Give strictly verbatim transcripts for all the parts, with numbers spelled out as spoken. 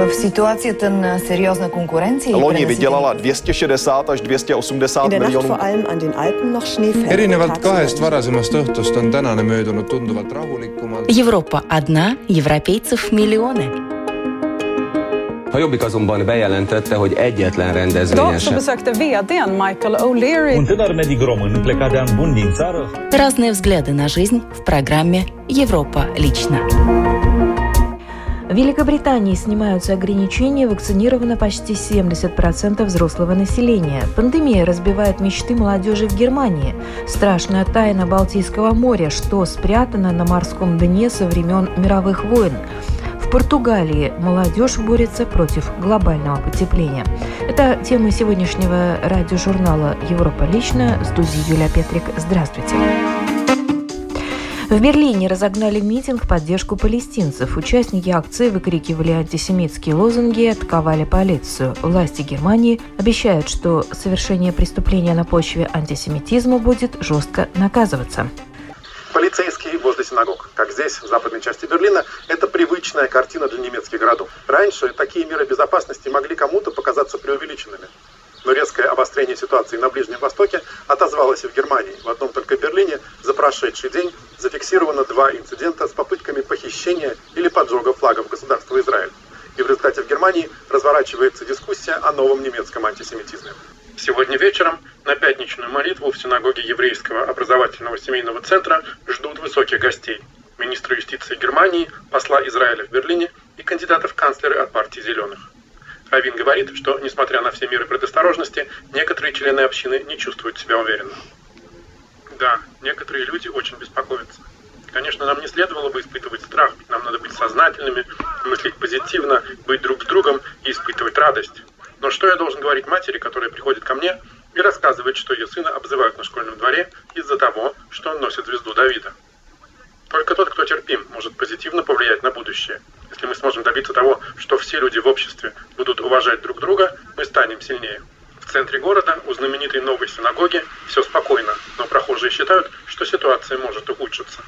V situacii ten seriózna konkurencija. Loni vydělala dvě stě šedesát až dvě stě osmdesát miljonů. Erinevalt kahest varasemast õhtust on tänane möödunud tunduvalt rahulikumalt. Европа одна, европейцев миллионы. A Jobbik azonban bejelentette, hogy egyetlen rendezvényesen. besökte V D:n Michael O'Leary. Un tânăr medic român plecat de an bun din țară. Разные взгляды на жизнь в программе «Европа лично». В Великобритании снимаются ограничения, вакцинировано почти семьдесят процентов взрослого населения. Пандемия разбивает мечты молодежи в Германии. Страшная тайна Балтийского моря, что спрятано на морском дне со времен мировых войн. В Португалии молодежь борется против глобального потепления. Это темы сегодняшнего радиожурнала «Европа лично». В студии Юлия Петрик. Здравствуйте. В Берлине разогнали митинг в поддержку палестинцев. Участники акции выкрикивали антисемитские лозунги и атаковали полицию. Власти Германии обещают, что совершение преступления на почве антисемитизма будет жестко наказываться. Полицейские возле синагог, как здесь, в западной части Берлина, это привычная картина для немецких городов. Раньше такие меры безопасности могли кому-то показаться преувеличенными. Но резкое обострение ситуации на Ближнем Востоке отозвалось и в Германии. В одном только Берлине за прошедший день зафиксировано два инцидента с попытками похищения или поджога флагов государства Израиль. И в результате в Германии разворачивается дискуссия о новом немецком антисемитизме. Сегодня вечером на пятничную молитву в синагоге еврейского образовательного семейного центра ждут высоких гостей. Министра юстиции Германии, посла Израиля в Берлине и кандидатов в канцлеры от партии «Зеленых». Раввин говорит, что, несмотря на все меры предосторожности, некоторые члены общины не чувствуют себя уверенно. Да, некоторые люди очень беспокоятся. Конечно, нам не следовало бы испытывать страх, ведь нам надо быть сознательными, мыслить позитивно, быть друг с другом и испытывать радость. Но что я должен говорить матери, которая приходит ко мне и рассказывает, что ее сына обзывают на школьном дворе из-за того, что он носит звезду Давида? Только тот, кто терпим, может позитивно повлиять на будущее. Если мы сможем добиться того, что все люди в обществе будут уважать друг друга, мы станем сильнее. В центре города, у знаменитой новой синагоги, все спокойно, но прохожие считают, что ситуация может ухудшиться.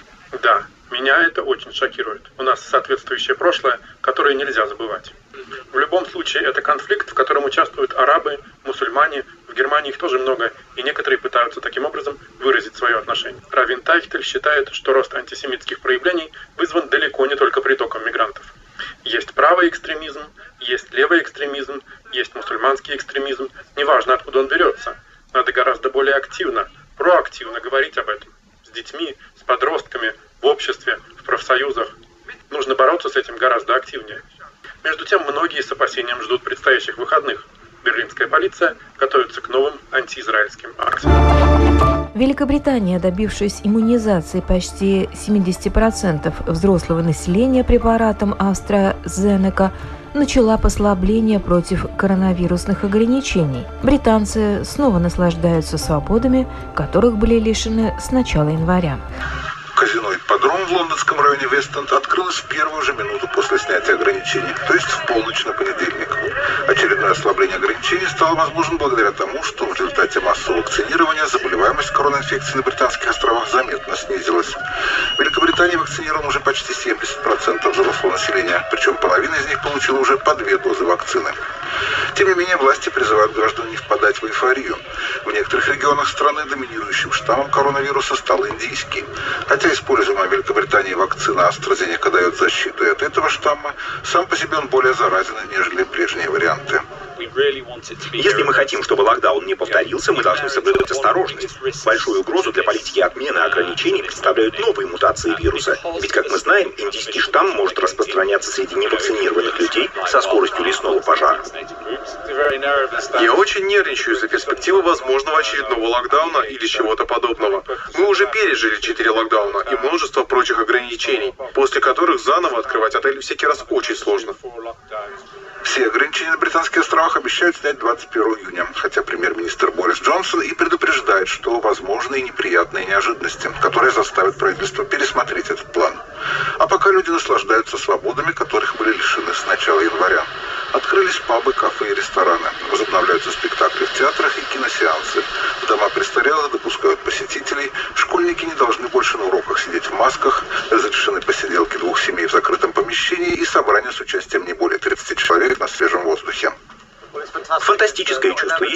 Да, меня это очень шокирует. У нас соответствующее прошлое, которое нельзя забывать. В любом случае, это конфликт, в котором участвуют арабы, мусульмане. В Германии их тоже много, и некоторые пытаются таким образом выразить свое отношение. Раввин Тайхтель считает, что рост антисемитских проявлений вызван далеко не только притоком мигрантов. Есть правый экстремизм, есть левый экстремизм, есть мусульманский экстремизм. Неважно, откуда он берется. Надо гораздо более активно, проактивно говорить об этом. С детьми, с подростками, в обществе, в профсоюзах. Нужно бороться с этим гораздо активнее. Между тем, многие с опасением ждут предстоящих выходных. Берлинская полиция готовится к новым антиизраильским акциям. Великобритания, добившись иммунизации почти семьдесят процентов взрослого населения препаратом AstraZeneca, начала послабление против коронавирусных ограничений. Британцы снова наслаждаются свободами, которых были лишены с начала января. Казино «Ипподром» в лондонском районе Вест-Энд открылось в первую же минуту после снятия ограничений, то есть в полночь на понедельник. Очередное ослабление ограничений стало возможным благодаря тому, что в результате массового вакцинирования заболеваемость коронавирусом на Британских островах заметно снизилась. В Великобритании вакцинировано уже почти семьдесят процентов взрослого населения, причем половина из них получила уже по две дозы вакцины. Тем не менее, власти призывают граждан не впадать в эйфорию. В некоторых регионах страны доминирующим штаммом коронавируса стал индийский. Хотя используемая в Великобритании вакцина AstraZeneca дает защиту и от этого штамма, сам по себе он более заразен, нежели прежние варианты. Если мы хотим, чтобы локдаун не повторился, мы должны соблюдать осторожность. Большую угрозу для политики отмены ограничений представляют новые мутации вируса. Ведь, как мы знаем, индийский штамм может распространяться среди невакцинированных людей со скоростью лесного пожара. Я очень нервничаю из-за перспективы возможного очередного локдауна или чего-то подобного. Мы уже пережили четыре локдауна и множество прочих ограничений, после которых заново открывать отель всякий раз очень сложно. Все ограничения на Британских островах обещают снять двадцать первого июня, хотя премьер-министр Борис Джонсон и предупреждает, что возможны и неприятные неожиданности, которые заставят правительство пересмотреть этот план. А пока люди наслаждаются свободами, которых были лишены с начала января. Открылись пабы, кафе и рестораны. Возобновляются спектакли в театрах и киносеансы. В дома престарелых допускают посетителей. Школьники не должны больше на уроках сидеть в масках. Разрешены посиделки двух семей в закрытом помещении и собрания с участием не более тридцати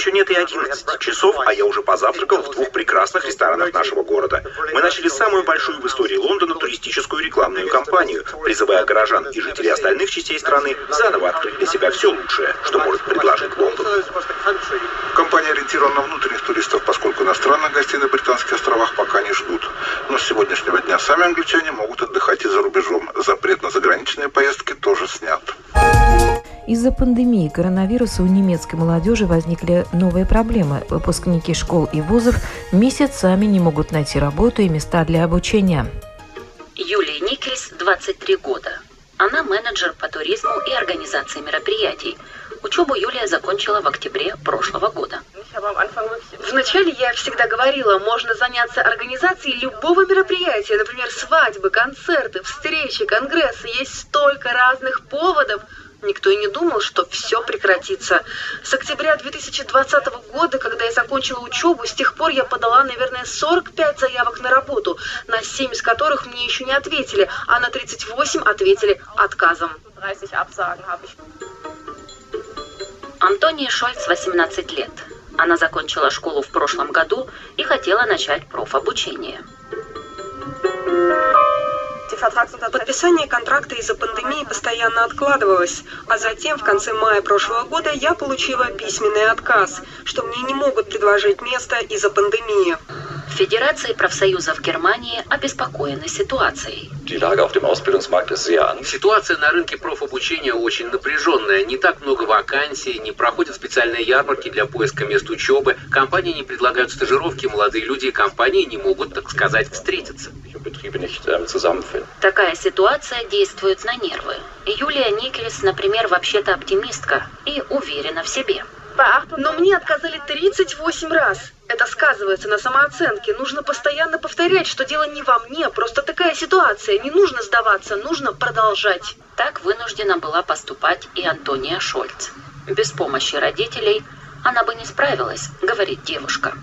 Еще нет и одиннадцати часов, а я уже позавтракал в двух прекрасных ресторанах нашего города. Мы начали самую большую в истории Лондона туристическую рекламную кампанию, призывая горожан и жителей остальных частей страны заново открыть для себя все лучшее, что может предложить Лондон. Компания ориентирована на внутренних туристов, поскольку иностранных гостей на Британских островах пока не ждут. Но с сегодняшнего дня сами англичане могут отдыхать и за рубежом. Запрет на заграничные поездки тоже снят. Из-за пандемии коронавируса у немецкой молодежи возникли новые проблемы. Выпускники школ и вузов месяцами не могут найти работу и места для обучения. Юлия Никельс, двадцать три года. Она менеджер по туризму и организации мероприятий. Учебу Юлия закончила в октябре прошлого года. Вначале я всегда говорила, можно заняться организацией любого мероприятия, например, свадьбы, концерты, встречи, конгрессы. Есть столько разных поводов. Никто и не думал, что все прекратится. С октября две тысячи двадцатого года, когда я закончила учебу, с тех пор я подала, наверное, сорок пять заявок на работу, на семь из которых мне еще не ответили, а на тридцать восемь ответили отказом. Антония Шольц, восемнадцать лет. Она закончила школу в прошлом году и хотела начать профобучение. Подписание контракта из-за пандемии постоянно откладывалось, а затем в конце мая прошлого года я получила письменный отказ, что мне не могут предложить место из-за пандемии. В Федерации профсоюзов Германии обеспокоены ситуацией. Ситуация на рынке профобучения очень напряженная. Не так много вакансий, не проходят специальные ярмарки для поиска мест учебы, компании не предлагают стажировки, молодые люди и компании не могут, так сказать, встретиться. Такая ситуация действует на нервы. Юлия Никельс, например, вообще-то оптимистка и уверена в себе. Но мне отказали тридцать восемь раз. Это сказывается на самооценке. Нужно постоянно повторять, что дело не во мне, просто такая ситуация. Не нужно сдаваться, нужно продолжать. Так вынуждена была поступать и Антония Шольц. Без помощи родителей она бы не справилась, говорит девушка.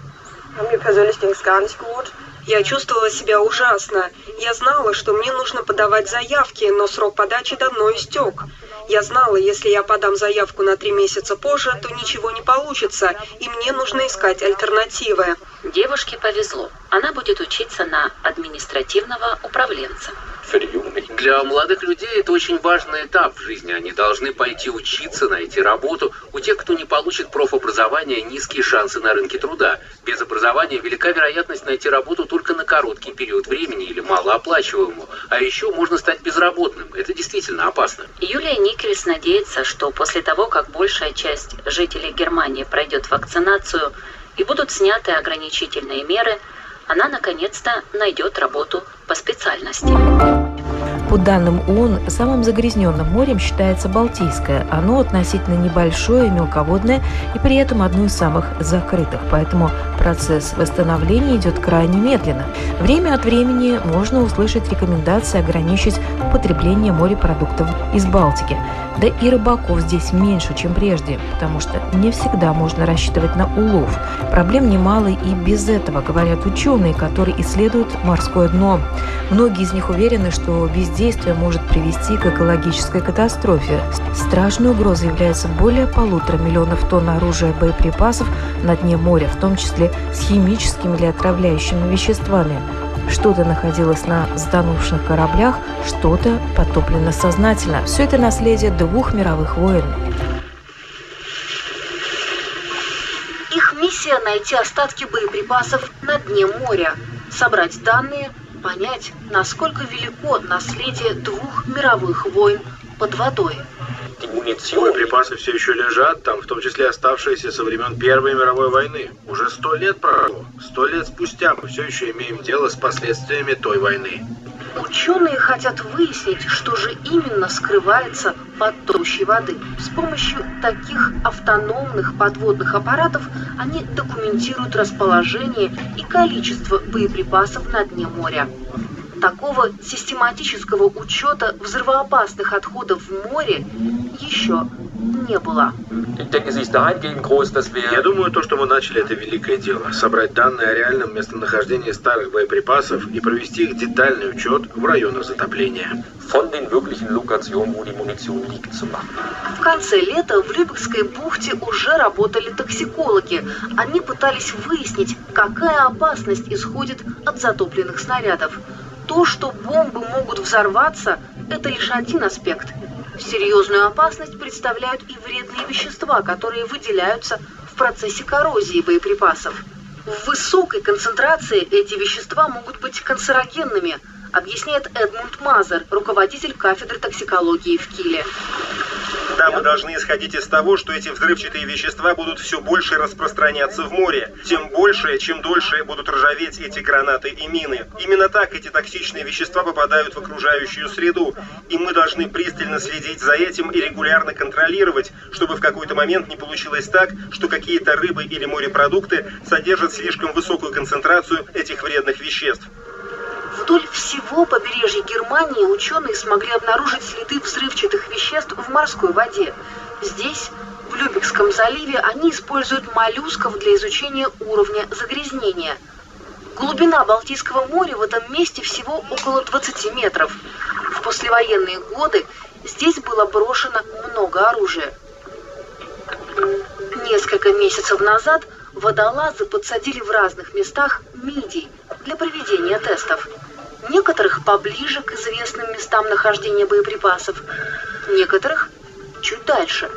Я чувствовала себя ужасно. Я знала, что мне нужно подавать заявки, но срок подачи давно истек. Я знала, если я подам заявку на три месяца позже, то ничего не получится, и мне нужно искать альтернативы. Девушке повезло. Она будет учиться на административного управленца. Для молодых людей это очень важный этап в жизни. Они должны пойти учиться, найти работу. У тех, кто не получит профобразование, низкие шансы на рынке труда. Без образования велика вероятность найти работу только на короткий период времени или малооплачиваемую. А еще можно стать безработным. Это действительно опасно. Юлия Никельс надеется, что после того, как большая часть жителей Германии пройдет вакцинацию и будут сняты ограничительные меры, она наконец-то найдет работу по специальности. По данным ООН, самым загрязненным морем считается Балтийское. Оно относительно небольшое и мелководное, и при этом одно из самых закрытых. Поэтому процесс восстановления идет крайне медленно. Время от времени можно услышать рекомендации ограничить употребление морепродуктов из Балтики. Да и рыбаков здесь меньше, чем прежде, потому что не всегда можно рассчитывать на улов. Проблем немало и без этого, говорят ученые, которые исследуют морское дно. Многие из них уверены, что бездействие может привести к экологической катастрофе. Страшной угрозой является более полутора миллионов тонн оружия и боеприпасов на дне моря, в том числе с химическими или отравляющими веществами. Что-то находилось на затонувших кораблях, что-то потоплено сознательно. Все это наследие двух мировых войн. Их миссия – найти остатки боеприпасов на дне моря, собрать данные, понять, насколько велико наследие двух мировых войн под водой. Боеприпасы все еще лежат там, в том числе оставшиеся со времен Первой мировой войны. Уже сто лет прошло. Сто лет спустя мы все еще имеем дело с последствиями той войны. Ученые хотят выяснить, что же именно скрывается под толщей воды. С помощью таких автономных подводных аппаратов они документируют расположение и количество боеприпасов на дне моря. Такого систематического учета взрывоопасных отходов в море еще не было. Я думаю, то, что мы начали, это великое дело. Собрать данные о реальном местонахождении старых боеприпасов и провести их детальный учет в районах затопления. В конце лета в Любекской бухте уже работали токсикологи. Они пытались выяснить, какая опасность исходит от затопленных снарядов. То, что бомбы могут взорваться, это лишь один аспект. Серьезную опасность представляют и вредные вещества, которые выделяются в процессе коррозии боеприпасов. В высокой концентрации эти вещества могут быть канцерогенными, объясняет Эдмунд Мазер, руководитель кафедры токсикологии в Киле. Да, мы должны исходить из того, что эти взрывчатые вещества будут все больше распространяться в море. Тем больше, чем дольше будут ржаветь эти гранаты и мины. Именно так эти токсичные вещества попадают в окружающую среду. И мы должны пристально следить за этим и регулярно контролировать, чтобы в какой-то момент не получилось так, что какие-то рыбы или морепродукты содержат слишком высокую концентрацию этих вредных веществ. Вдоль всего побережья Германии ученые смогли обнаружить следы взрывчатых веществ в морской воде. Здесь, в Любекском заливе, они используют моллюсков для изучения уровня загрязнения. Глубина Балтийского моря в этом месте всего около двадцати метров. В послевоенные годы здесь было брошено много оружия. Несколько месяцев назад водолазы подсадили в разных местах мидий для проведения тестов. Некоторых поближе к известным местам нахождения боеприпасов, некоторых чуть дальше.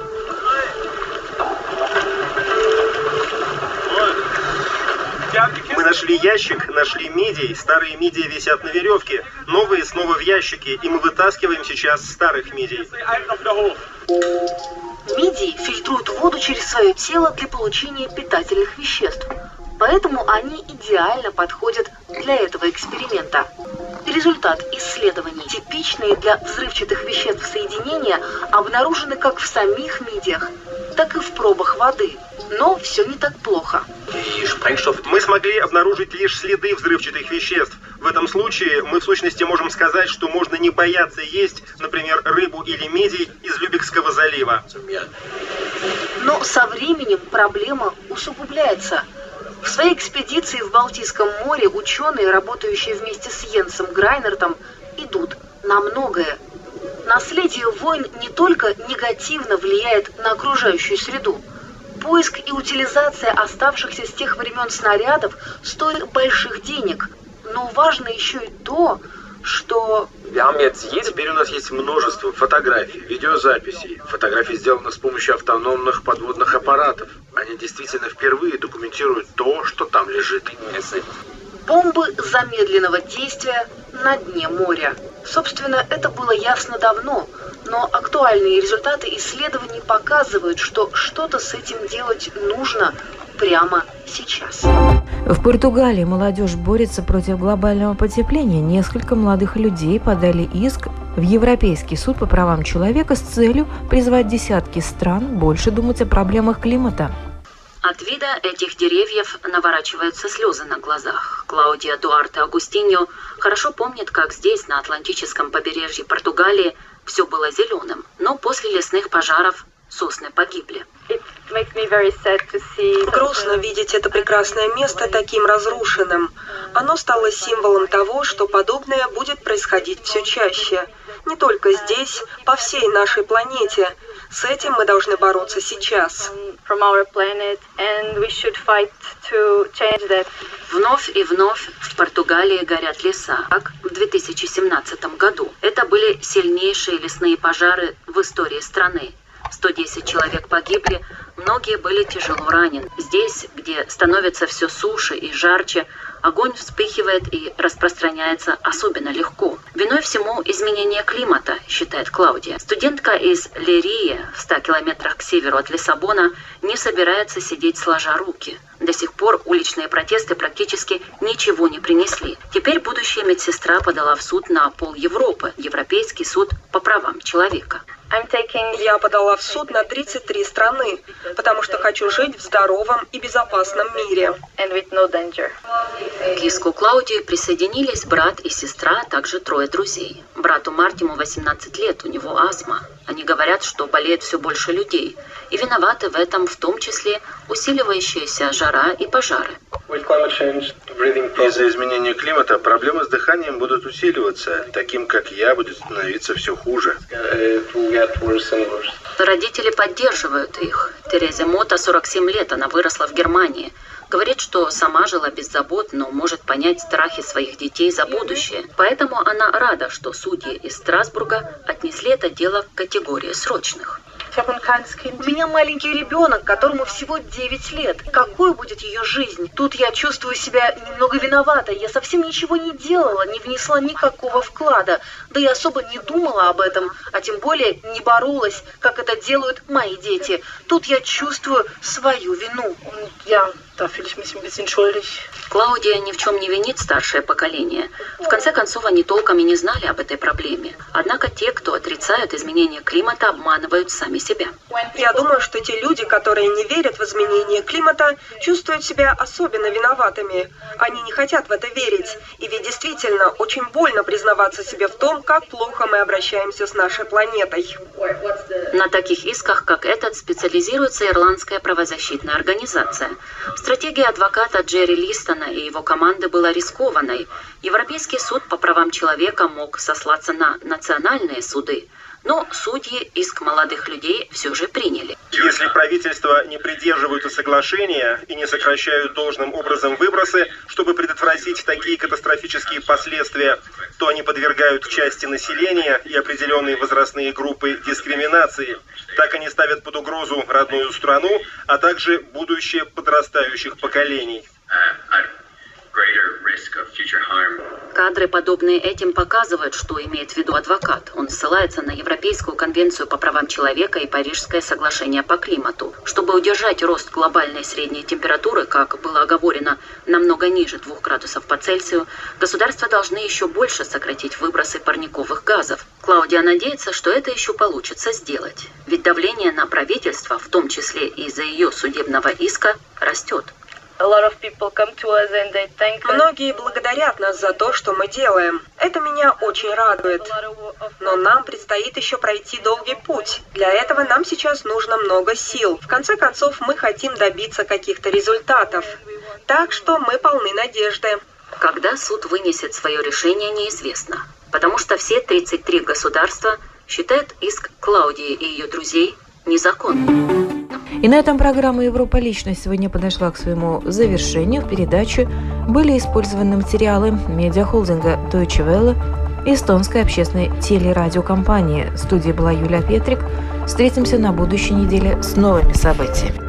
Мы нашли ящик, нашли мидий, старые мидии висят на веревке, новые снова в ящике, и мы вытаскиваем сейчас старых мидий. Мидии фильтруют воду через свое тело для получения питательных веществ, поэтому они идеально подходят для этого эксперимента. Результат исследований. Типичные для взрывчатых веществ соединения обнаружены как в самих мидиях, так и в пробах воды. Но все не так плохо. Мы смогли обнаружить лишь следы взрывчатых веществ. В этом случае мы в сущности можем сказать, что можно не бояться есть, например, рыбу или мидий из Любекского залива. Но со временем проблема усугубляется. В своей экспедиции в Балтийском море ученые, работающие вместе с Йенсом Грайнертом, идут на многое. Наследие войн не только негативно влияет на окружающую среду. Поиск и утилизация оставшихся с тех времен снарядов стоит больших денег. Но важно еще и то, что... Теперь у нас есть множество фотографий, видеозаписей. Фотографии сделаны с помощью автономных подводных аппаратов. Они действительно впервые документируют то, что там лежит. Бомбы замедленного действия на дне моря. Собственно, это было ясно давно, но актуальные результаты исследований показывают, что что-то с этим делать нужно прямо сейчас. В Португалии молодежь борется против глобального потепления. Несколько молодых людей подали иск в Европейский суд по правам человека с целью призвать десятки стран больше думать о проблемах климата. От вида этих деревьев наворачиваются слезы на глазах. Клаудия Дуарте Агустиньо хорошо помнит, как здесь, на Атлантическом побережье Португалии, все было зеленым. Но после лесных пожаров сосны погибли. Грустно видеть это прекрасное место таким разрушенным. Оно стало символом того, что подобное будет происходить все чаще. Не только здесь, по всей нашей планете. С этим мы должны бороться сейчас. Вновь и вновь в Португалии горят леса, как в две тысячи семнадцатом году. Это были сильнейшие лесные пожары в истории страны. сто десять человек погибли, многие были тяжело ранены. Здесь, где становится все суше и жарче, огонь вспыхивает и распространяется особенно легко. Виной всему изменение климата, считает Клаудия. Студентка из Лерии, в ста километрах к северу от Лиссабона, не собирается сидеть сложа руки. До сих пор уличные протесты практически ничего не принесли. Теперь будущая медсестра подала в суд на пол Европы, Европейский суд по правам человека. Я подала в суд на тридцать три страны, потому что хочу жить в здоровом и безопасном мире. К иску Клаудии присоединились брат и сестра, а также трое друзей. Брату Мартиму восемнадцать лет, у него астма. Они говорят, что болеет все больше людей. И виноваты в этом в том числе усиливающаяся жара и пожары. Из-за изменения климата проблемы с дыханием будут усиливаться. Таким, как я, будет становиться все хуже. Родители поддерживают их. Терезе Мота сорок семь лет, она выросла в Германии. Говорит, что сама жила без забот, но может понять страхи своих детей за будущее. Поэтому она рада, что судьи из Страсбурга отнесли это дело в категорию срочных. У меня маленький ребенок, которому всего девять лет. Какой будет ее жизнь? Тут я чувствую себя немного виноватой. Я совсем ничего не делала, не внесла никакого вклада. Да и особо не думала об этом, а тем более не боролась, как это делают мои дети. Тут я чувствую свою вину. Я... Клаудия ни в чем не винит старшее поколение. В конце концов, они толком и не знали об этой проблеме. Однако те, кто отрицают изменение климата, обманывают сами себя. Я думаю, что те люди, которые не верят в изменение климата, чувствуют себя особенно виноватыми. Они не хотят в это верить. И ведь действительно очень больно признаваться себе в том, как плохо мы обращаемся с нашей планетой. На таких исках, как этот, специализируется ирландская правозащитная организация. Стратегия адвоката Джерри Листона и его команды была рискованной. Европейский суд по правам человека мог сослаться на национальные суды, но судьи иск молодых людей все же приняли. Если правительства не придерживаются соглашения и не сокращают должным образом выбросы, чтобы предотвратить такие катастрофические последствия, то они подвергают части населения и определенные возрастные группы дискриминации. Так они ставят под угрозу родную страну, а также будущее подрастающих поколений. Кадры, подобные этим, показывают, что имеет в виду адвокат. Он ссылается на Европейскую конвенцию по правам человека и Парижское соглашение по климату. Чтобы удержать рост глобальной средней температуры, как было оговорено, намного ниже двух градусов по Цельсию, государства должны еще больше сократить выбросы парниковых газов. Клаудия надеется, что это еще получится сделать. Ведь давление на правительство, в том числе из-за ее судебного иска, растет. Многие благодарят нас за то, что мы делаем. Это меня очень радует. Но нам предстоит еще пройти долгий путь. Для этого нам сейчас нужно много сил. В конце концов, мы хотим добиться каких-то результатов. Так что мы полны надежды. Когда суд вынесет свое решение, неизвестно. Потому что все тридцать три государства считают иск Клаудии и ее друзей незаконным. И на этом программа «Европа. Личность» сегодня подошла к своему завершению. В передаче были использованы материалы медиахолдинга Deutsche Welle и эстонской общественной телерадиокомпании. В студии была Юлия Петрик. Встретимся на будущей неделе с новыми событиями.